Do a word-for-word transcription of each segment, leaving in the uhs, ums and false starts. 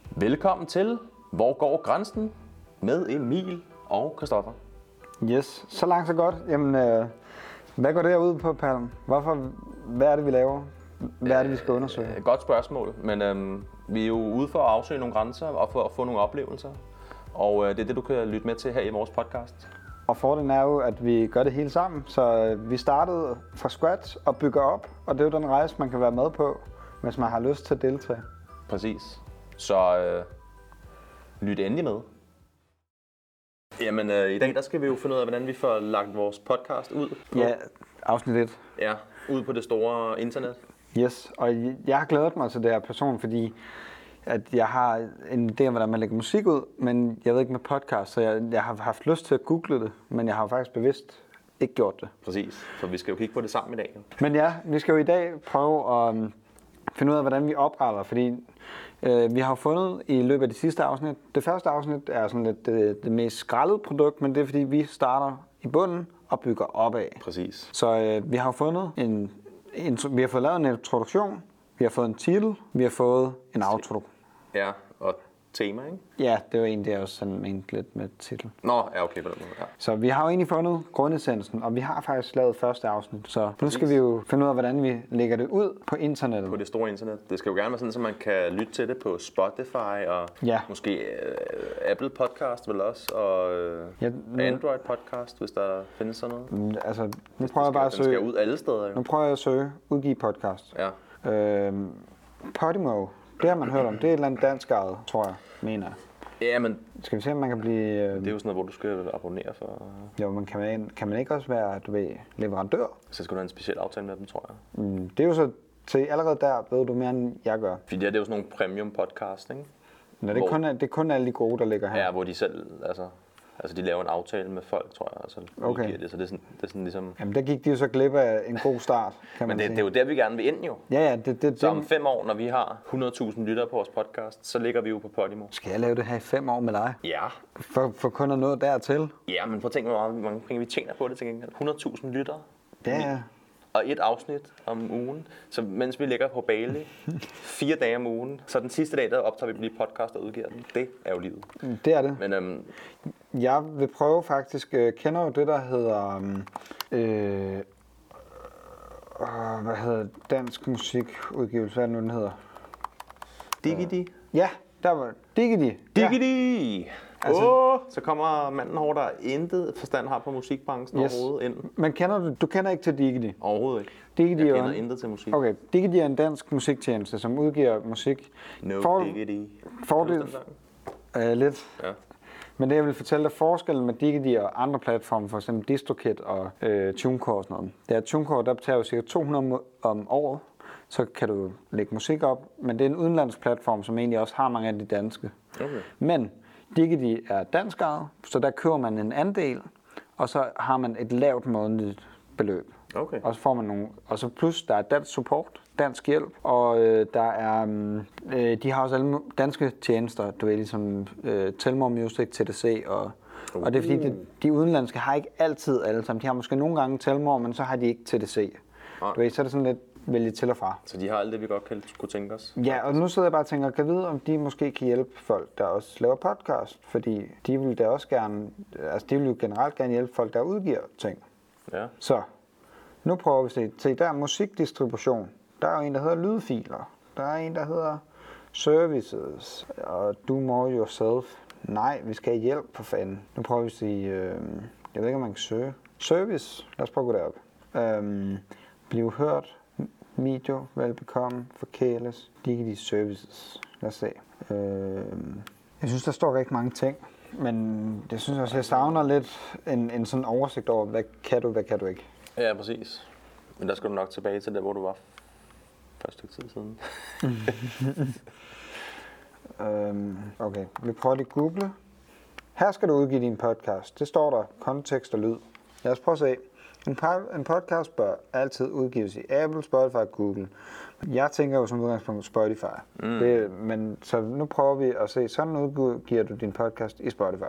Velkommen til Hvor går grænsen? Med Emil og Christoffer. Yes, så langt så godt. Jamen, øh, hvad går det her ud på, Palm? Hvorfor, hvad er det, vi laver? Hvad er det, vi skal undersøge? Øh, godt spørgsmål, men øhm, vi er jo ude for at afsøge nogle grænser og for at få nogle oplevelser. Og øh, det er det, du kan lytte med til her i vores podcast. Og fordelen er jo, at vi gør det hele sammen. Så øh, vi startede fra scratch og bygger op, og det er jo den rejse, man kan være med på, hvis man har lyst til at deltage. Præcis. Så øh, lyt endelig med. Jamen, øh, i dag der skal vi jo finde ud af, hvordan vi får lagt vores podcast ud. På, Ja, afsnit et. Ja, ud på det store internet. Yes, og jeg har glædet mig til det her person, fordi at jeg har en idé om, hvordan man lægger musik ud, men jeg ved ikke med podcast, så jeg, jeg har haft lyst til at google det, men jeg har jo faktisk bevidst ikke gjort det. Præcis, for vi skal jo kigge på det sammen i dag. Men ja, vi skal jo i dag prøve at um, finde ud af, hvordan vi opretter, fordi øh, vi har jo fundet i løbet af de sidste afsnit, det første afsnit er sådan lidt det, det mest skraldede produkt, men det er fordi, vi starter i bunden og bygger opad. Præcis. Så øh, vi har jo fundet en, en, vi har fået lavet en introduktion, vi har fået en titel, vi har fået en outro. Ja, og tema, ikke? Ja, det var egentlig også sådan ment lidt med titel. Nå, ja, okay på den måde, ja. Så vi har jo egentlig fundet grundessensen, og vi har faktisk lavet første afsnit. Så nu skal vi jo finde ud af, hvordan vi lægger det ud på internettet. På det store internet. Det skal jo gerne være sådan, så man kan lytte til det på Spotify og Ja. måske øh, Apple Podcast vel også, og øh, Ja, nu- Android Podcast, hvis der findes sådan noget. Mm, Altså, nu Det prøver jeg bare at skal, den skal søge. ud alle steder, jo. Nu prøver jeg at søge, udgive podcast. Ja. Øhm, Podimo, det har man hørt om. Det er et eller andet dansk ejet, tror jeg, mener jeg. Ja, men Skal vi se, om man kan blive... Øh, det er jo sådan noget, hvor du skal abonnere for. Jo, men kan man, kan man ikke også være, du ved, leverandør? Så skal du have en speciel aftale med dem, tror jeg. Mm, det er jo så til allerede der, ved du mere end jeg gør. Fordi det, her, det er jo sådan nogle premium podcast, ikke? Nå, det, er Hvor- kun, det er kun alle de gode, der ligger her. Ja, hvor de selv, altså, altså de laver en aftale med folk, tror jeg, og så Okay. udgiver det. Så det er sådan, det er sådan ligesom... Jamen, der gik de jo så glip af en god start, kan man Men det, sige. det er jo der, vi gerne vil ind, jo. Ja, ja, det, det, Så om det, fem år, når vi har hundrede tusind lyttere på vores podcast, så ligger vi jo på Podimo. skal jeg lave det her i fem år med dig? Ja. For, for kun at nå dertil? Ja, men prøv at tænke, hvor meget- hvor mange penge vi tjener på det til gengæld. hundrede tusind lyttere. Ja, ja. Og et afsnit om ugen. Så mens vi ligger på Bali, fire dage om ugen, så den sidste dag, der optager vi lige podcast og udgiver den. Det er jo livet. Det er det. Men øhm, Jeg vil prøve faktisk, øh, kender jo det, der hedder, um, øh, øh, hvad hedder det? Dansk musikudgivelse, hvad er det nu, den hedder? Digidi. Ja, der var Digidi. Ja. Digidi! Altså- Åh, oh, så kommer manden over, der intet forstand har på musikbranchen Yes. overhovedet ind. Men kender du, du kender ikke til Digidi? Overhovedet ikke. Digidi Jeg er kender en- intet til musik. Okay, Digidi er en dansk musiktjeneste, som udgiver musik. No For- Diggity. Fordel, Husk den sang? øh, lidt. Ja. Men det jeg vil fortælle dig, forskellen med Digidi og andre platforme, for eksempel DistroKid og øh, TuneCore og sådan noget, det er, at TuneCore, der betaler jo cirka to hundrede mo- om året, så kan du lægge musik op, men det er en udenlandsk platform, som egentlig også har mange af de danske. Okay. Men Digidi er dansk ejet, så der køber man en andel, og så har man et lavt månedligt beløb. Okay. Og så får man nogle, og så plus der er dansk support, dansk hjælp, og øh, der er, øh, de har også alle mu- danske tjenester, du ved, ligesom øh, Telmore Music, T D C, og, uh. og det er fordi, de, de udenlandske har ikke altid alle sammen. De har måske nogle gange Telmore, men så har de ikke T D C. Nej. Du ved, så er det sådan lidt vælge til og fra. Så de har alt det, vi godt kan, kunne tænke os. Ja, og nu sidder jeg bare og tænker, kan jeg vide, om de måske kan hjælpe folk, der også laver podcast, fordi de vil da også gerne, altså de vil jo generelt gerne hjælpe folk, der udgiver ting. Ja. Så, nu prøver vi at se. Se, der er musikdistribution. Der er jo en, der hedder lydfiler. Der er en, der hedder services. Og do more yourself. Nej, vi skal have hjælp for fanden. Nu prøver vi at sige, øh, jeg ved ikke, om man kan søge. Service. Lad os prøve at gå derop. Øh, bliv hørt. Video, velbekomme, forkæles. Digitale services. Lad os se. Øh, jeg synes, der står rigtig mange ting. Men jeg synes også, jeg savner lidt en, en sådan oversigt over, hvad kan du, hvad kan du ikke. Ja, præcis. Men der skal du nok tilbage til der, hvor du var for et stykke tid siden. øhm, okay, vi prøver lige at google. Her skal du udgive din podcast. Det står der, kontekst og lyd. Lad os prøve at se. En, par, en podcast bør altid udgives i Apple, Spotify og Google. Jeg tænker jo som udgangspunkt Spotify. Mm. Det, men så nu prøver vi at se, sådan udgiver du din podcast i Spotify.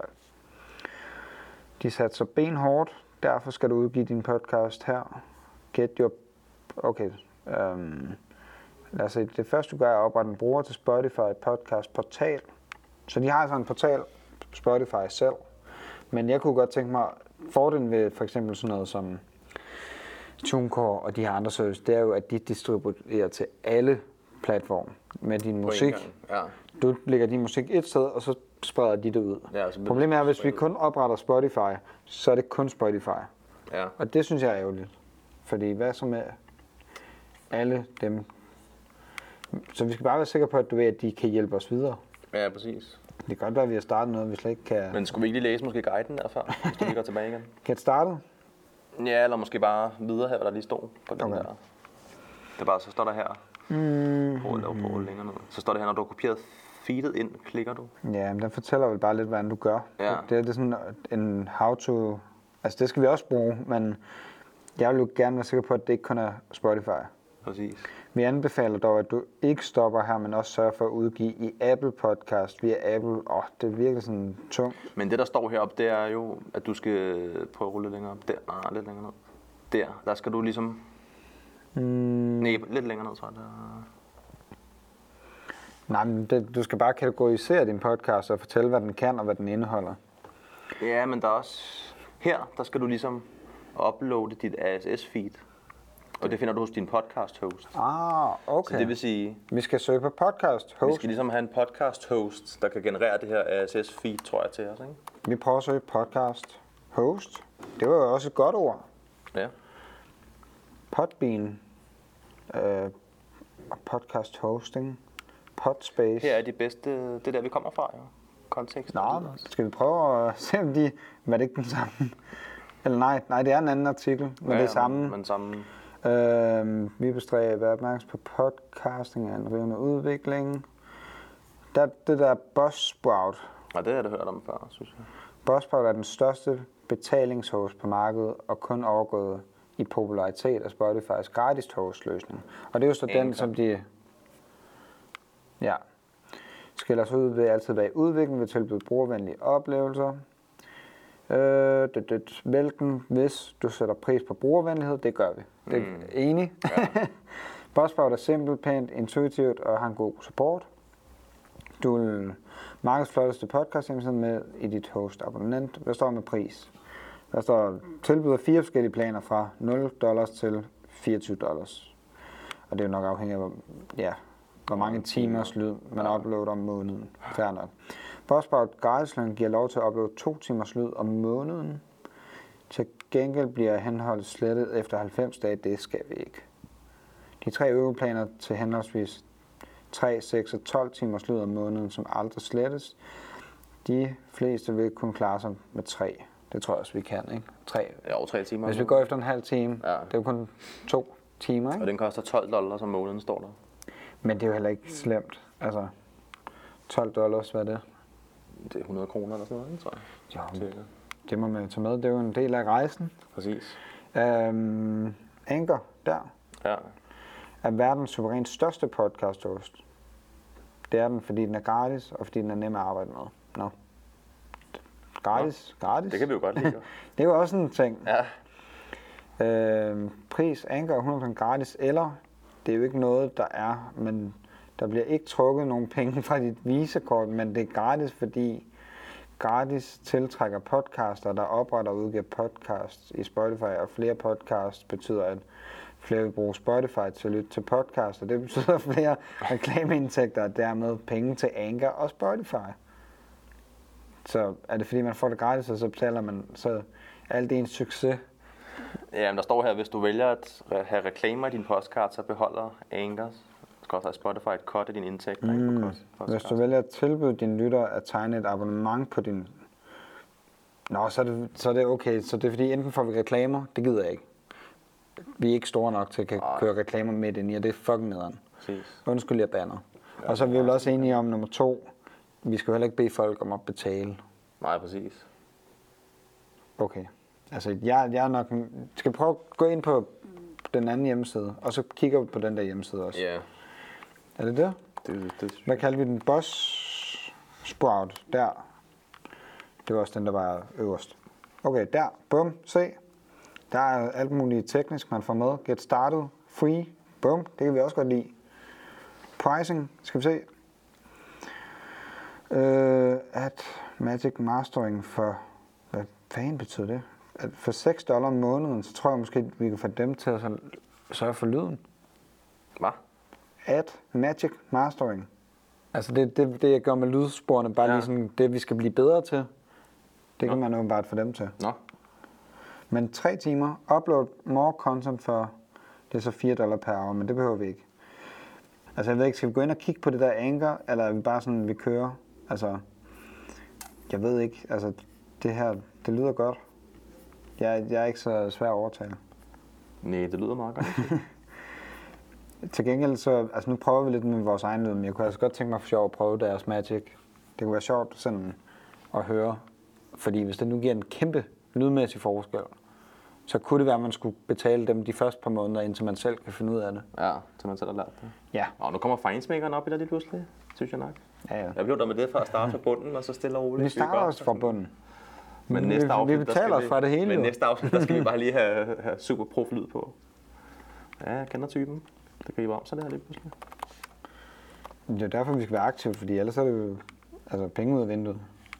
De satte så benhårdt, derfor skal du udgive din podcast her. Get your... Okay. Um, lad os se, det første du gør er at oprette en bruger til Spotify podcast portal. Så de har sådan en portal, Spotify selv. Men jeg kunne godt tænke mig, fordelen ved for eksempel sådan noget som TuneCore og de her andre services, det er jo, at de distribuerer til alle platforme med din musik. Ja. Du lægger din musik et sted, og så spreder de det ud. Ja, problemet er, at hvis vi kun opretter Spotify, så er det kun Spotify. Ja. Og det synes jeg er ærgerligt. Fordi hvad så med alle dem? Så vi skal bare være sikre på, at du ved, at de kan hjælpe os videre. Ja, præcis. Det kan godt være, at vi har startet noget, vi slet ikke kan... Men skulle vi ikke lige læse måske guiden derfra, hvis du lige går tilbage igen? Kan det starte? Ja, eller måske bare videre her, hvad der lige stod på den okay. der. Det er bare, så står der her. Mm. Prøv at lave på længere ned. Så står det her, når du har kopieret feedet ind, klikker du. Ja, men den fortæller vel bare lidt, hvordan du gør. Ja. Det, det er sådan en how to... Altså, det skal vi også bruge, men jeg vil jo gerne være sikker på, at det ikke kun er Spotify. Præcis. Vi anbefaler dog, at du ikke stopper her, men også sørger for at udgive i Apple Podcast via Apple. Åh, oh, det er virkelig sådan tungt. Men det, der står heroppe, det er jo, at du skal prøve at rulle lidt længere op. Der, nej, lidt længere ned. Der, der skal du ligesom... Mm. Nej, lidt længere ned, tror jeg. Der... Nej, men det, du skal bare kategorisere din podcast og fortælle, hvad den kan og hvad den indeholder. Ja, men der er også... Her, der skal du ligesom uploade dit R S S-feed. Og det finder du hos din podcast-host. Ah, okay. Så det vil sige... Vi skal søge på podcast-host. Vi skal ligesom have en podcast-host, der kan generere det her R S S-feed, tror jeg, til os, ikke? Vi prøver at søge podcast-host. Det var jo også et godt ord. Ja. Podbean. Øh, podcast-hosting. Podspace. Her er de bedste... Det er der, vi kommer fra, jo. Kontekst. Nå, skal vi prøve at se, om de... Var det ikke den samme? Eller nej, nej, det er en anden artikel, men ja, det er samme. Men samme... Øh, vi bestræber at være opmærksom på podcasting af en rivende udvikling. Der, det der Buzzsprout. Ja, det har jeg da hørt om før, synes jeg. Buzzsprout er den største betalingshost på markedet, og kun overgået i popularitet af Spotify's gratis host-løsning. Og det er jo så Anker. Den, som de... Ja. Skiller sig ud ved altid være i udvikling, ved tilbyde brugervenlige oplevelser. Øh, det, det, vælg den, hvis du sætter pris på brugervenlighed. Det gør vi. Det er mm. enig. Ja. Buzzsprout er simpelt, pænt, intuitivt og har en god support. Du vil markedsflotteste podcast hjemmeside med i dit host-abonnent. Hvad står med pris? Der står tilbyder fire forskellige planer fra nul dollars til fireogtyve dollars. Og det er jo nok afhængigt af, ja, hvor mange timers lyd man ja. uploader om måneden. Fair nok. Buzzsprout gratisløn giver lov til at uploade to timers lyd om måneden. Til gengæld bliver henholdet slettet efter halvfems dage. Det skal vi ikke. De tre øvrige planer til henholdsvis tre, seks og tolv timers lyd om måneden, som aldrig slettes. De fleste vil kunne klare sig med tre. Det tror jeg også, vi kan, ikke? Tre. Ja, over tre timer. Hvis vi går efter en halv time, ja. Det er jo kun to timer, ikke? Og den koster tolv dollars om måneden, står der. Men det er jo heller ikke slemt. Altså, tolv dollars, hvad er det? Det er hundrede kroner eller sådan noget, tror jeg. Jo, Cirka. Det må man tage med. Det er jo en del af rejsen. Præcis. Øhm, Anker, der. Ja. Er verdens suverænt største podcast host. Det er den, fordi den er gratis, og fordi den er nem at arbejde med. Nå. No. Gratis, Nå. gratis. Det kan vi jo godt lide. Det er jo også en ting. Ja. Øhm, pris, Anker er hundrede procent gratis, eller det er jo ikke noget, der er, men der bliver ikke trukket nogen penge fra dit Visa-kort, men det er gratis, fordi gratis tiltrækker podcaster, der opretter og udgiver podcasts i Spotify, og flere podcasts betyder, at flere vil bruge Spotify til at lytte til podcasts, og det betyder flere reklameindtægter, og dermed penge til Anchor og Spotify. Så er det fordi, man får det gratis, og så betaler man så alt ens succes. Ja, men der står her, hvis du vælger at have reklamer i din podcast, så beholder Anchor, skal også have Spotify et cut af din indtægt. Mm. Hvis du vælger at tilbyde dine lyttere at tegne et abonnement på din... Nå, så er, det, så er det okay. Så det er fordi, enten får vi reklamer, det gider jeg ikke. Vi er ikke store nok til at kan køre reklamer med ind i, og det er fucking nederen. Præcis. Undskyld, jeg banner. Ja, og så er vi vel også enige om nummer to. Vi skal jo heller ikke bede folk om at betale. Nej, præcis. Okay. Altså, jeg, jeg er nok... Skal prøve at gå ind på den anden hjemmeside, og så kigger vi på den der hjemmeside også. Ja. Yeah. Er det der? Det, det, Hvad kalder vi den? Buzzsprout. Der. Det var også den, der var øverst. Okay, der. Bum. Se. Der er alt muligt teknisk, man får med. Get started. Free. Bum. Det kan vi også godt lide. Pricing, skal vi se. Øh, at Magic Mastering for, hvad fanden betyder det? At for seks dollar om måneden, så tror jeg måske, vi kan få dem til at sørge for lyden. Hvad? At Magic Mastering. Altså det, det, det jeg gør med lydsporene, bare ja. Lige sådan det, vi skal blive bedre til. Det kan Nå. Man åbenbart få dem til. Nå. Men tre timer, upload more content for, det er så fire dollar per hour, men det behøver vi ikke. Altså jeg ved ikke, skal vi gå ind og kigge på det der Anchor, eller er vi bare sådan, vi kører? Altså, jeg ved ikke, altså det her, det lyder godt. Jeg, jeg er ikke så svær at overtale. Nej, det lyder meget godt. Til gengæld så, altså nu prøver vi lidt med vores egen lyd, men jeg kunne altså godt tænke mig for sjov at prøve deres Magic. Det kunne være sjovt sådan at høre, fordi hvis det nu giver en kæmpe lydmæssig forskel, så kunne det være, at man skulle betale dem de første par måneder, indtil man selv kan finde ud af det. Ja, til man selv har lært det. Ja. Og nu kommer fejnsmækkeren op i det lige pludselig, synes jeg nok. Ja, ja. Jeg blev der med det fra at starte fra bunden, og så stille og roligt. Vi starter også fra bunden. Men næste afsnit, vi betaler os fra det hele. Men næste afsnit, der skal vi bare lige have, have super prof-lyd på. Ja, jeg kender typen. Det griber om sig det her lige pludselig. Det er derfor, vi skal være aktive, fordi ellers er det jo altså, penge ud af vinduet.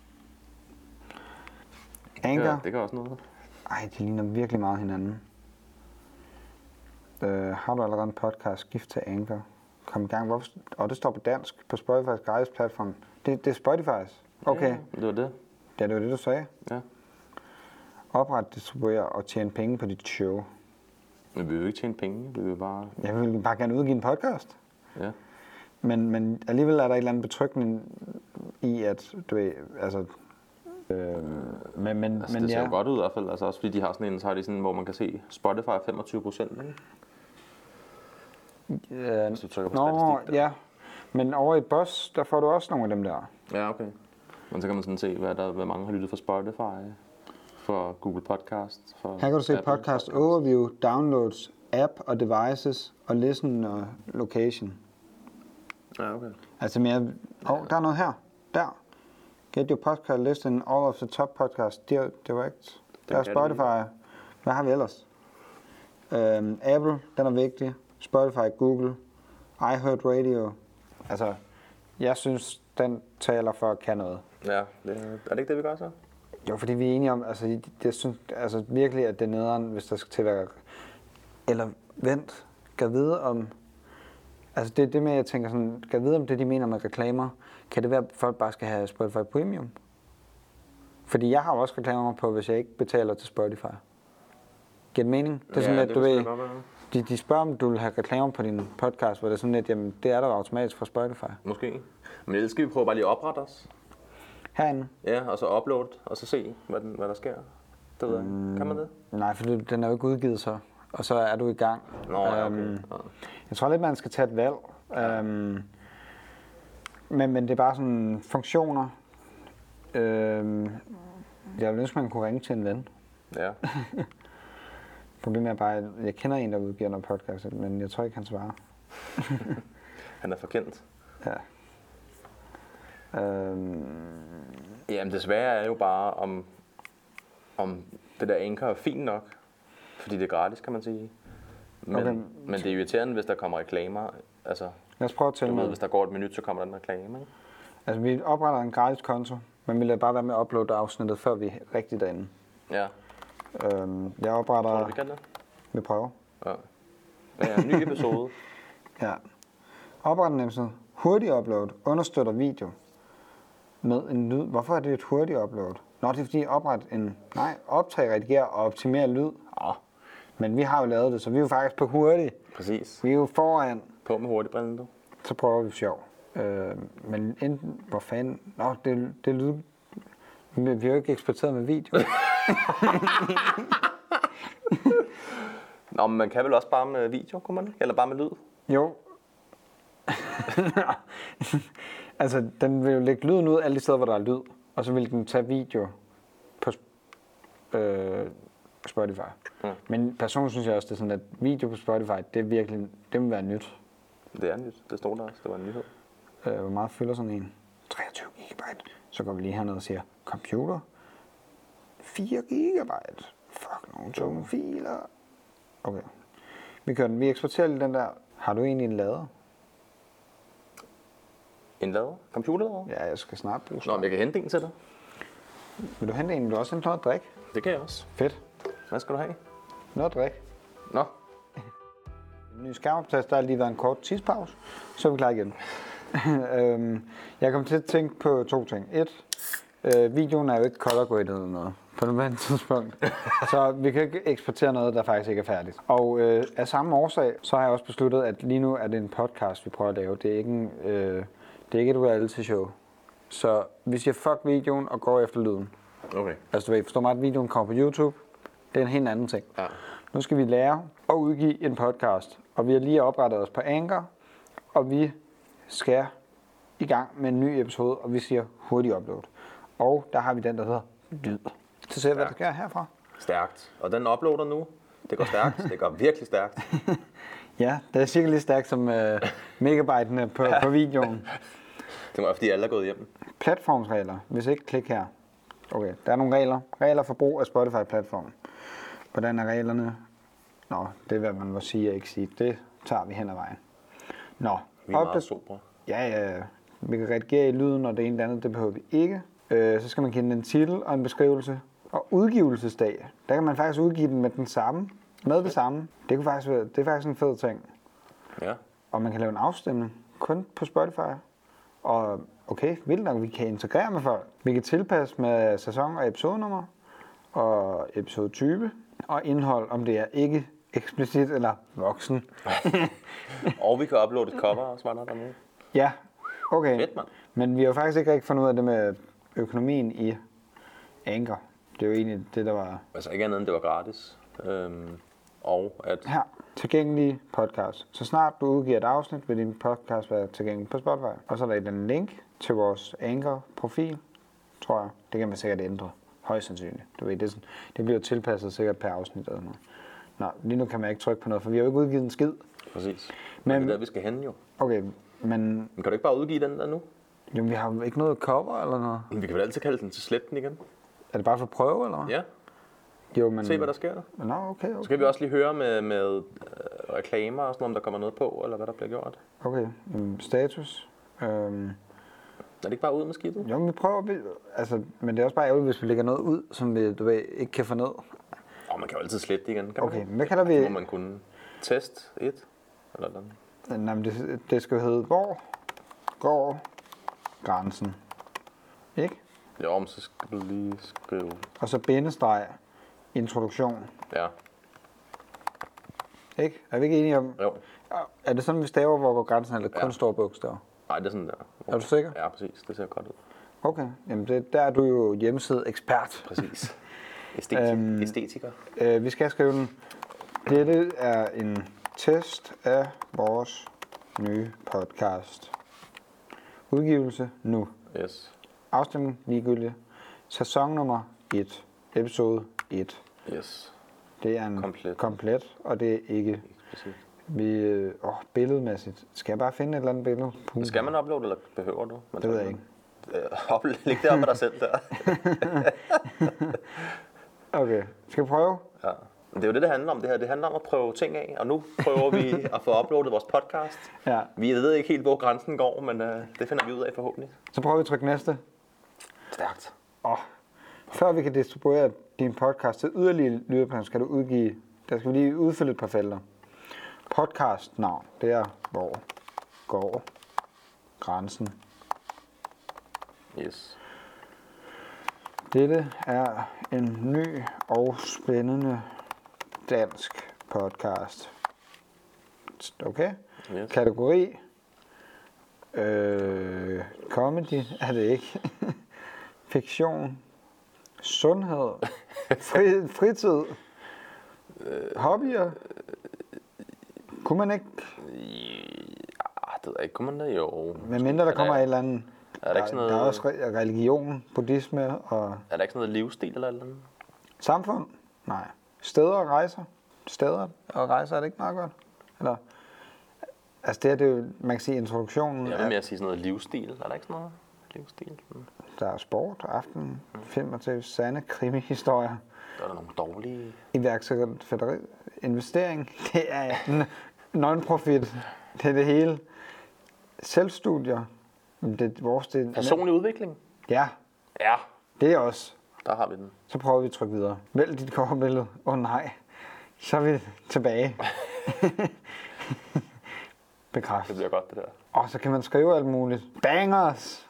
Anchor. Ja, det gør også noget. Ej, de ligner virkelig meget hinanden. Uh, har du allerede en podcast? Skift til Anchor. Kom i gang. Hvorfor? Og det står på dansk på Spotify's gratis platform. Det, det er Spotify's. Okay. Ja, det var det. Ja, det var det, du sagde. Ja. Opret, distribuere og tjene penge på dit show. Men vi vil jo ikke tjene penge. Vi vil bare... Jeg vil bare gerne udgive en podcast. Ja. Men, men alligevel er der et eller andet betryggende i, at du ved, altså... Øh, men, men, altså, men det ser ja. jo godt ud i hvert fald. Altså også fordi de har sådan en, så har de sådan, hvor man kan se Spotify femogtyve procent. Øh, Hvis du trykker på nå, statistik der. Ja. Men over i Boss, der får du også nogle af dem der. Ja, okay. Men så kan man sådan se, hvad, der, hvad mange har lyttet fra Spotify, for Google Podcast. For Her kan du se Apple podcast, podcast overview, downloads, app og devices og listen og location. Ja, okay. Altså mere... Åh, oh, der er noget her. Der. Get your podcast list in all of the top podcasts direct. Der er Spotify. Hvad har vi ellers? Um, Apple, den er vigtig. Spotify, Google, iHeartRadio. Altså, jeg synes, den taler for at kan noget. Ja, det, er det ikke det, vi gør så? Jo, fordi vi er enige om, altså, jeg synes altså, virkelig, at det er nederen, hvis der skal til at være... Eller vent, kan vide om... Altså det er det med, at jeg tænker sådan, kan vide om det, de mener med reklamer, kan det være, at folk bare skal have Spotify Premium? Fordi jeg har jo også reklamer på, hvis jeg ikke betaler til Spotify. Giver det mening? Det er sådan ja, lidt, det du ved, godt være. de, de spørger, om du vil have reklamer på din podcast, hvor det er sådan lidt, jamen det er der automatisk fra Spotify. Måske. Men ellers skal vi prøve bare lige at oprette os. Herinde? Ja, og så upload, og så se, hvad, den, hvad der sker. Det ved jeg. Mm, kan man det? Nej, for det, den er jo ikke udgivet så. Og så er du i gang. Nå, ja, okay. Øhm, Ja. Jeg tror lidt, man skal tage et valg. Øhm, men, men det er bare sådan funktioner. Øhm, jeg vil ønske, man kunne ringe til en ven. Ja. Problemet er bare, at jeg kender en, der udgiver noget podcast, men jeg tror ikke, han svarer. Han er forkendt. Ja. Øhm, Jamen desværre er jo bare, om, om det der Anchor er fint nok. Fordi det er gratis, kan man sige. Men, Okay. men det er irriterende, hvis der kommer reklamer. Altså, lad os prøve at du tælle ved, med. hvis der går et minut, så kommer der en reklame. Ikke? Altså, vi opretter en gratis konto, men vi lader bare være med at uploade afsnittet, før vi er rigtig derinde. Ja. Øhm, jeg opretter... Tror du, vi kan det? Vi prøver. Ja. Ja, en ny episode. Ja. Opret en hjemmeside. Hurtig upload. Understøtter video. Med en lyd. Hvorfor er det et hurtigt upload? Nå, det er fordi opret en... Nej, optag, redigere og optimere lyd. Åh. Men vi har jo lavet det, så vi er jo faktisk på hurtigt. Præcis. Vi er jo foran. På med hurtigt brillen, du. Så prøver vi sjov. Øh, men enten... Hvor fanden... Nå, det, det lyd... Vi har jo ikke eksporteret med video. Nå, men man kan vel også bare med video, kunne man ikke? Eller bare med lyd? Jo. Altså, den vil jo lægge lyden ud alle de steder, hvor der er lyd. Og så vil den tage video på øh, Spotify. Ja. Men personligt synes jeg også, det er sådan, at video på Spotify, det er virkelig, det må være nyt. Det er nyt. Det stod der også. Det var en nyhed. Øh, hvor meget fylder sådan en? treogtyve gigabyte. Så går vi lige herned og siger, computer, fire gigabyte. Fuck, nogle tunge filer. Okay. Vi kører den. Vi eksporterer lige den der. Har du egentlig en lader? En lader? Computerlader? Ja, jeg skal snart bruge Nå, strøm. men jeg kan hente en til dig. Vil du hente en? Vil du også hente noget at drikke? Det kan jeg også. Fedt. Hvad skal du have? Noget at drikke. Nå. En ny skærmoptast, der har lige været en kort tidspause, så er vi klar igen. øhm, jeg kom til at tænke på to ting. Et, øh, videoen er jo ikke color graded eller noget på nuværende tidspunkt, så vi kan ikke eksportere noget, der faktisk ikke er færdigt. Og øh, af samme årsag, så har jeg også besluttet, at lige nu er det en podcast, vi prøver at lave. Det er ikke, en, øh, det er ikke et reality show. Så vi siger fuck videoen og går efter lyden. Okay. Altså du ved, forstår mig, at videoen kommer på YouTube. Det er en helt anden ting. Ja. Nu skal vi lære at udgive en podcast, og vi har lige oprettet os på Anchor, og vi skal i gang med en ny episode, og vi siger hurtigt upload. Og der har vi den, der hedder lyd. Så ser vi, hvad der sker herfra. Stærkt. Og den uploader nu. Det går stærkt. Det går virkelig stærkt. Ja, det er cirka lige stærkt som uh, megabytene på, ja. på videoen. Det må fordi alle er gået hjem. Platformsregler. Hvis ikke, klik her. Okay, der er nogle regler. Regler for brug af Spotify-platformen. Hvordan er reglerne? Nå, det er hvad man må sige og ikke sige. Det tager vi hen ad vejen. Nå, Vi er meget sobre. Ja, ja, ja. Vi kan redigere i lyden, og det ene eller andet, det behøver vi ikke. Øh, så skal man kende en titel og en beskrivelse. Og udgivelsesdag, der kan man faktisk udgive den med den samme. Med det samme. Det, kunne faktisk være, det er faktisk en fed ting. Ja. Og man kan lave en afstemning kun på Spotify. Og okay, vildt nok, vi kan integrere med folk. Vi kan tilpasse med sæson- og episodenummer. Og episodetype. Og indhold, om det er ikke eksplicit eller voksen. Og vi kan uploade et cover også, var der dernede. Ja, okay. Fedt, mand. Men vi har jo faktisk ikke rigtig fundet ud af det med økonomien i Anchor. Det er jo egentlig det, der var... Altså ikke andet end det var gratis. Øhm, og at... Her, tilgængelige podcast. Så snart du udgiver et afsnit, vil din podcast være tilgængelig på Spotify. Og så er der en link til vores Anchor-profil, tror jeg. Det kan man sikkert ændre. Højst sandsynligt. Du ved, det, er sådan, det bliver tilpasset sikkert per afsnit eller noget. Nå, lige nu kan man ikke trykke på noget, for vi har jo ikke udgivet en skid. Præcis. Men, Men det er der, vi skal hen jo. Okay, men... Men kan du ikke bare udgive den der nu? Jo, vi har jo ikke noget cover eller noget. Vi kan vel altid kalde den til sletten igen. Er det bare for at prøve, eller hvad? Ja. Jo, men... Se, hvad der sker. Nå, okay, okay. Så skal vi også lige høre med, med øh, reklamer og sådan noget, om der kommer noget på, eller hvad der bliver gjort. Okay, um, status. Um, Er det ikke bare ud med skidtet? jo, men vi prøver, vi, altså, men det er også bare ærgerligt, hvis vi lægger noget ud, som vi, du ved, ikke kan få ned. Åh, man kan jo altid slette det igen. Kan Okay, man? men hvad kalder vi... Så må man kunne test et, eller noget. Nej, men det, det skal jo hedde, hvor går grænsen? Ikke? Jo, men så skal du lige skrive... Og så bindestreg, introduktion. Ja, Ikke? Er vi ikke enige om... jo. Er det sådan, vi staver, hvor går grænsen, eller kun Ja. store bogstaver? Nej, det er sådan der. Er du sikker? Ja, præcis. Det ser godt ud. Okay, jamen det, der er du jo hjemmeside-ekspert. Præcis. Æstetik. Øhm, Æstetiker. Øh, vi skal skrive den. Dette er en test af vores nye podcast. Udgivelse nu. Yes. Afstemning ligegyldigt. Sæson nummer et. Episode et. Yes. Det er en Komplet. komplet, og det er ikke... Præcis. Vi, øh, åh, billedmæssigt. Skal jeg bare finde et eller andet billede? Puh. Skal man uploade, eller behøver du? Man Det ved jeg ikke. Øh, Læg det op med dig selv der. Okay, skal vi prøve? Ja. Men det er jo det, det handler om det her. Det handler om at prøve ting af, og nu prøver vi at få uploadet vores podcast. Ja. Vi ved ikke helt, hvor grænsen går, men øh, det finder vi ud af forhåbentlig. Så prøver vi at trykke næste. Stærkt. Åh, før vi kan distribuere din podcast til yderligere lydplan, skal du udgive, der skal vi lige udfylde et par felter. Podcast navn, det er hvor går grænsen. Yes. Dette er en ny og spændende dansk podcast. Okay? Yes. Kategori. Øh, comedy er det ikke. Fiktion. Sundhed. Fri, fritid. Hobbyer. Kunne man ikke, Ja, det ved jeg ikke. Kunne man det? Jo. med mindre der Men kommer er, et eller andet, er der, der, ikke sådan noget, der er også re- religion, buddhisme og er der ikke sådan noget livsstil eller et eller andet? samfund? Nej. Steder og rejser? Steder og rejser, er det ikke meget godt? Eller, altså det er det jo, man kan sige introduktionen. Jeg er- vil mere sige sådan noget livsstil. Er der ikke sådan noget livsstil? Sådan. Der er sport, aften, film og tv, sande krimihistorier, Der er der nogle dårlige... iværksætteri, investering, det er n- non-profit, det er det hele. Selvstudier, Det, vores, det, Personlig udvikling? Ja, Ja, det er også. der har vi den. Så prøver vi at trykke videre. Vælg dit coverbillede. Åh oh, nej. Så er vi tilbage. Bekræft. Det bliver godt, det der. Og så kan man skrive alt muligt. Bangers!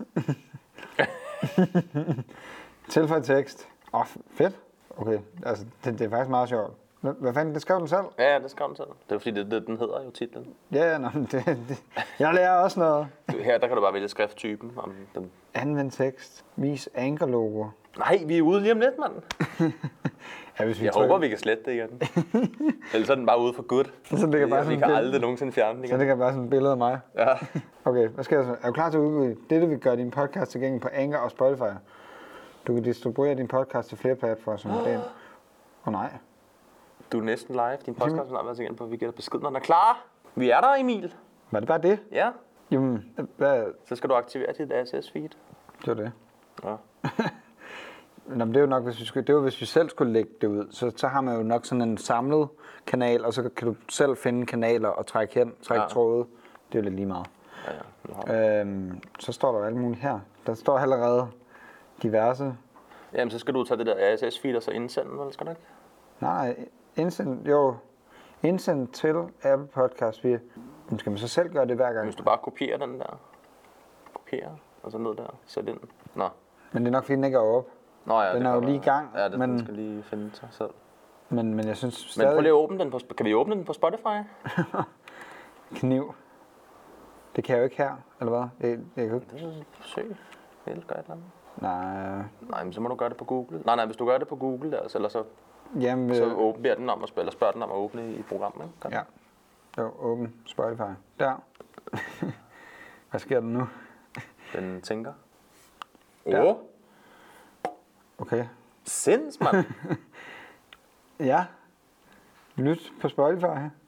Tilføj tekst. Åh, oh, fedt. Okay, altså det, det er faktisk meget sjovt. Hvad, hvad fanden, det skrev den selv? Ja, det skrev den selv. Det er fordi, det, det, den hedder jo titlen. Ja, nå, det, det. Jeg lærer også noget. Her, der kan du bare vælge skrifttypen. Om den. Anvend tekst. Vis ankerlogo. Nej, vi er ude lige om lidt, mand. Ja, hvis vi Jeg trykker. håber, vi kan slette det igen. Ellers er den bare ude for good. Så ligger bare vi sådan kan et aldrig nogensinde fjerne den Så igen. det kan bare sådan et billede af mig. Ja. Okay, hvad sker der så? Er du klar til at udgive det, vi gør din podcast tilgængelig på Anchor og Spotify? Du kan distribuere din podcast til flere platforme som den. Åh oh, nej. Du er næsten live. Din podcast er snart været tilgængelig på, at vi gætter besked, når den er klar. Vi er der, Emil. Var det bare det? Ja. Jamen, hvad? Så skal du aktivere dit R S S-feed. Det var det. Ja. Nå, men det er jo nok, hvis vi, skulle, det var, hvis vi selv skulle lægge det ud, så, så har man jo nok sådan en samlet kanal, og så kan du selv finde kanaler og trække hen, trække ja. tråde. Det er jo lidt lige meget. Ja, ja. Øhm, så står der jo alt muligt her. Der står allerede diverse. Jamen, så skal du tage det der R S S-feed og så indsende, eller skal du ikke? Nej, indsend, jo, indsend til Apple Podcast. Vi, skal man så selv gøre det hver gang? Hvis du bare kopierer den der. Kopierer, og så ned der. Sæt ind. Nå. Men det er nok, fordi den ikke er oppe. Nå ja, den det er jo være. lige i gang. Ja, det, men, den skal lige finde sig selv. Men, men jeg synes stadig... Men prøv lige at åbne den på... Kan vi åbne den på Spotify? Kniv. Det kan jeg jo ikke her, eller hvad? Jeg, jeg kan ikke... Det er forsøg. Eller gør et eller andet. Nej. Nej, men så må du gøre det på Google. Nej, nej, hvis du gør det på Google der, så, eller så, Jamen, så åbner den om at spille, eller spørger den om at åbne i programmet. Ikke? Ja. Jo, åben Spotify. Der. Hvad sker der nu? Den tænker. Der. Åh! Oh. Okay. Sinds, mand! Ja. Lyt på Spotify.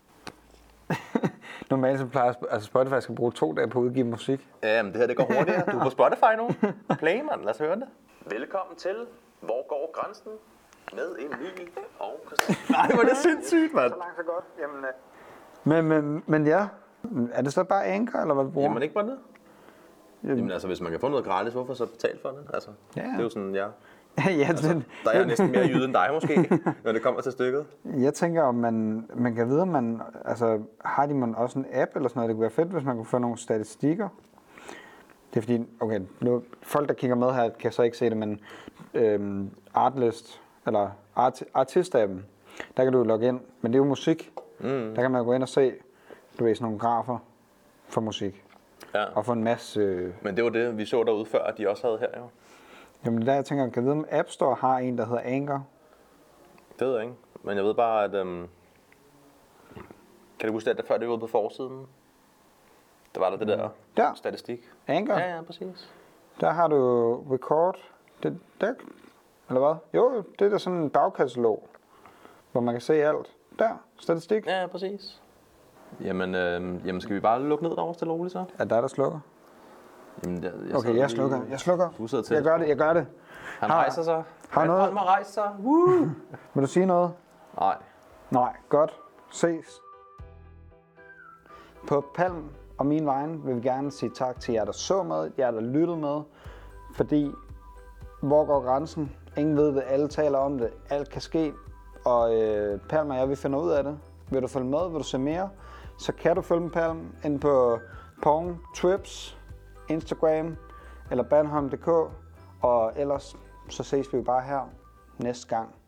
Normalt så plejer altså Spotify skal bruge to dage på at udgive musik. Ja, men det her det går hurtigere. Du er på Spotify nu. Play, mand. Lad os høre det. Velkommen til Hvor går grænsen? Med Emil og Christian. Nej, hvor er det sindssygt, mand. Så langt så godt. Jamen, men, men, men ja. Er det så bare Anchor, eller hvad vi bruger? Jamen ikke bare det. Jamen, Jamen altså, hvis man kan få noget gratis, hvorfor så betale for det? Altså, ja. Det er jo sådan, ja. ja, Altså, den, der er jeg næsten mere jyde end dig måske, når det kommer til stykket. Jeg tænker, om man, man kan vide, om man, altså, har de man også en app eller sådan noget? Det kunne være fedt, hvis man kunne få nogle statistikker. Det er fordi, okay, nu, folk der kigger med her, kan så ikke se det, men øhm, Artlist, eller art, Artist-appen, der kan du logge ind, men det er jo musik. Mm. Der kan man gå ind og se, du ved, sådan nogle grafer for musik. Ja. Og få en masse... Øh, Men det var det, vi så derude før, at de også havde her, jo. Jamen det der, jeg tænker, kan jeg vide, om App Store har en, der hedder Anchor? Det ved jeg ikke. Men jeg ved bare, at... Øhm, kan du huske det, at før det var ude på forsiden? Der var der det der Der. statistik. Anchor? Ja, ja, præcis. Der har du Record. Det, der, eller hvad? Jo, det er der sådan en bagkatalog, hvor man kan se alt. Der, statistik. Ja, ja, præcis. Jamen, øh, jamen, skal vi bare lukke ned derovre til roligt så? Er der, der slukker? Jamen, jeg, jeg Okay, jeg slukker. Jeg slukker. Du sidder til. Jeg gør det, jeg gør det. Han Har- rejser sig. har Han noget- Holm har rejst sig. Woo! Vil du sige noget? Nej. Nej, godt. Ses. På Palm og min vegne vil vi gerne sige tak til jer, der så med, jer, der lyttede med. Fordi, hvor går grænsen? Ingen ved det, alle taler om det, alt kan ske. Og øh, Palm og jeg, vi finder ud af det. Vil du følge med, vil du se mere, så kan du følge med Palm ind på Pong Trips, Instagram eller Bandholm punktum d k. Og ellers så ses vi jo bare her næste gang.